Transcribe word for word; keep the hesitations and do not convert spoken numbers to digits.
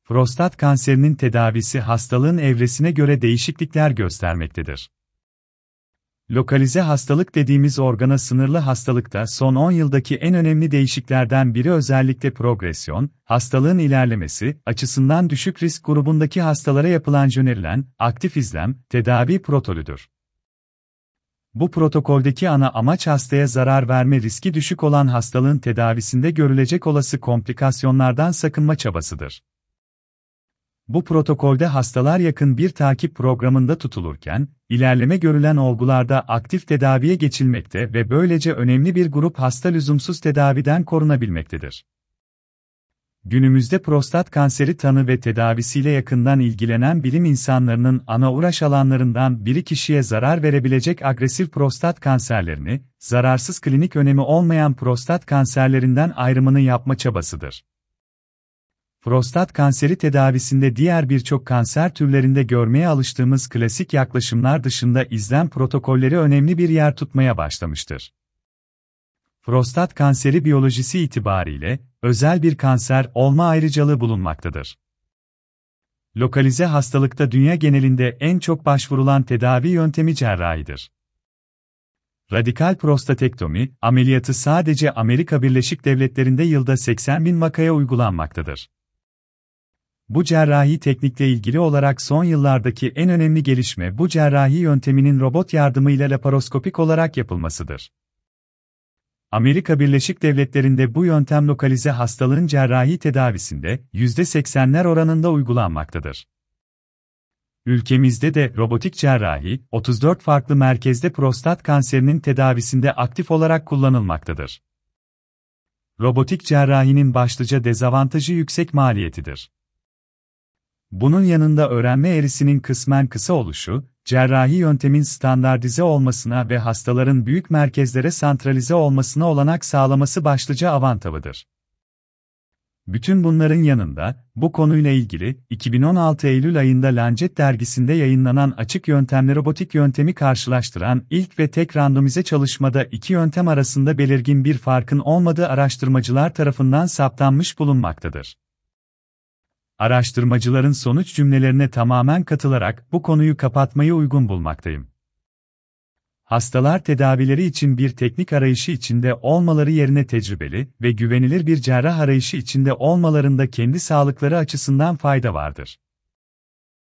Prostat kanserinin tedavisi hastalığın evresine göre değişiklikler göstermektedir. Lokalize hastalık dediğimiz organa sınırlı hastalıkta son on yıldaki en önemli değişikliklerden biri özellikle progresyon, hastalığın ilerlemesi açısından düşük risk grubundaki hastalara yapılan önerilen aktif izlem, tedavi protokolüdür. Bu protokoldeki ana amaç hastaya zarar verme riski düşük olan hastalığın tedavisinde görülecek olası komplikasyonlardan sakınma çabasıdır. Bu protokolde hastalar yakın bir takip programında tutulurken, ilerleme görülen olgularda aktif tedaviye geçilmekte ve böylece önemli bir grup hasta lüzumsuz tedaviden korunabilmektedir. Günümüzde prostat kanseri tanı ve tedavisiyle yakından ilgilenen bilim insanlarının ana uğraş alanlarından biri kişiye zarar verebilecek agresif prostat kanserlerini, zararsız klinik önemi olmayan prostat kanserlerinden ayrımını yapma çabasıdır. Prostat kanseri tedavisinde diğer birçok kanser türlerinde görmeye alıştığımız klasik yaklaşımlar dışında izlem protokolleri önemli bir yer tutmaya başlamıştır. Prostat kanseri biyolojisi itibariyle, özel bir kanser olma ayrıcalığı bulunmaktadır. Lokalize hastalıkta dünya genelinde en çok başvurulan tedavi yöntemi cerrahidir. Radikal prostatektomi ameliyatı sadece Amerika Birleşik Devletleri'nde yılda seksen bin vakaya uygulanmaktadır. Bu cerrahi teknikle ilgili olarak son yıllardaki en önemli gelişme bu cerrahi yönteminin robot yardımıyla laparoskopik olarak yapılmasıdır. Amerika Birleşik Devletleri'nde bu yöntem lokalize hastalığın cerrahi tedavisinde yüzde seksenler oranında uygulanmaktadır. Ülkemizde de robotik cerrahi, otuz dört farklı merkezde prostat kanserinin tedavisinde aktif olarak kullanılmaktadır. Robotik cerrahinin başlıca dezavantajı yüksek maliyetidir. Bunun yanında öğrenme eğrisinin kısmen kısa oluşu, cerrahi yöntemin standartize olmasına ve hastaların büyük merkezlere santralize olmasına olanak sağlaması başlıca avantajıdır. Bütün bunların yanında, bu konuyla ilgili, iki bin on altı Eylül ayında Lancet dergisinde yayınlanan açık yöntemle robotik yöntemi karşılaştıran ilk ve tek randomize çalışmada iki yöntem arasında belirgin bir farkın olmadığı araştırmacılar tarafından saptanmış bulunmaktadır. Araştırmacıların sonuç cümlelerine tamamen katılarak bu konuyu kapatmayı uygun bulmaktayım. Hastalar tedavileri için bir teknik arayışı içinde olmaları yerine tecrübeli ve güvenilir bir cerrah arayışı içinde olmalarında kendi sağlıkları açısından fayda vardır.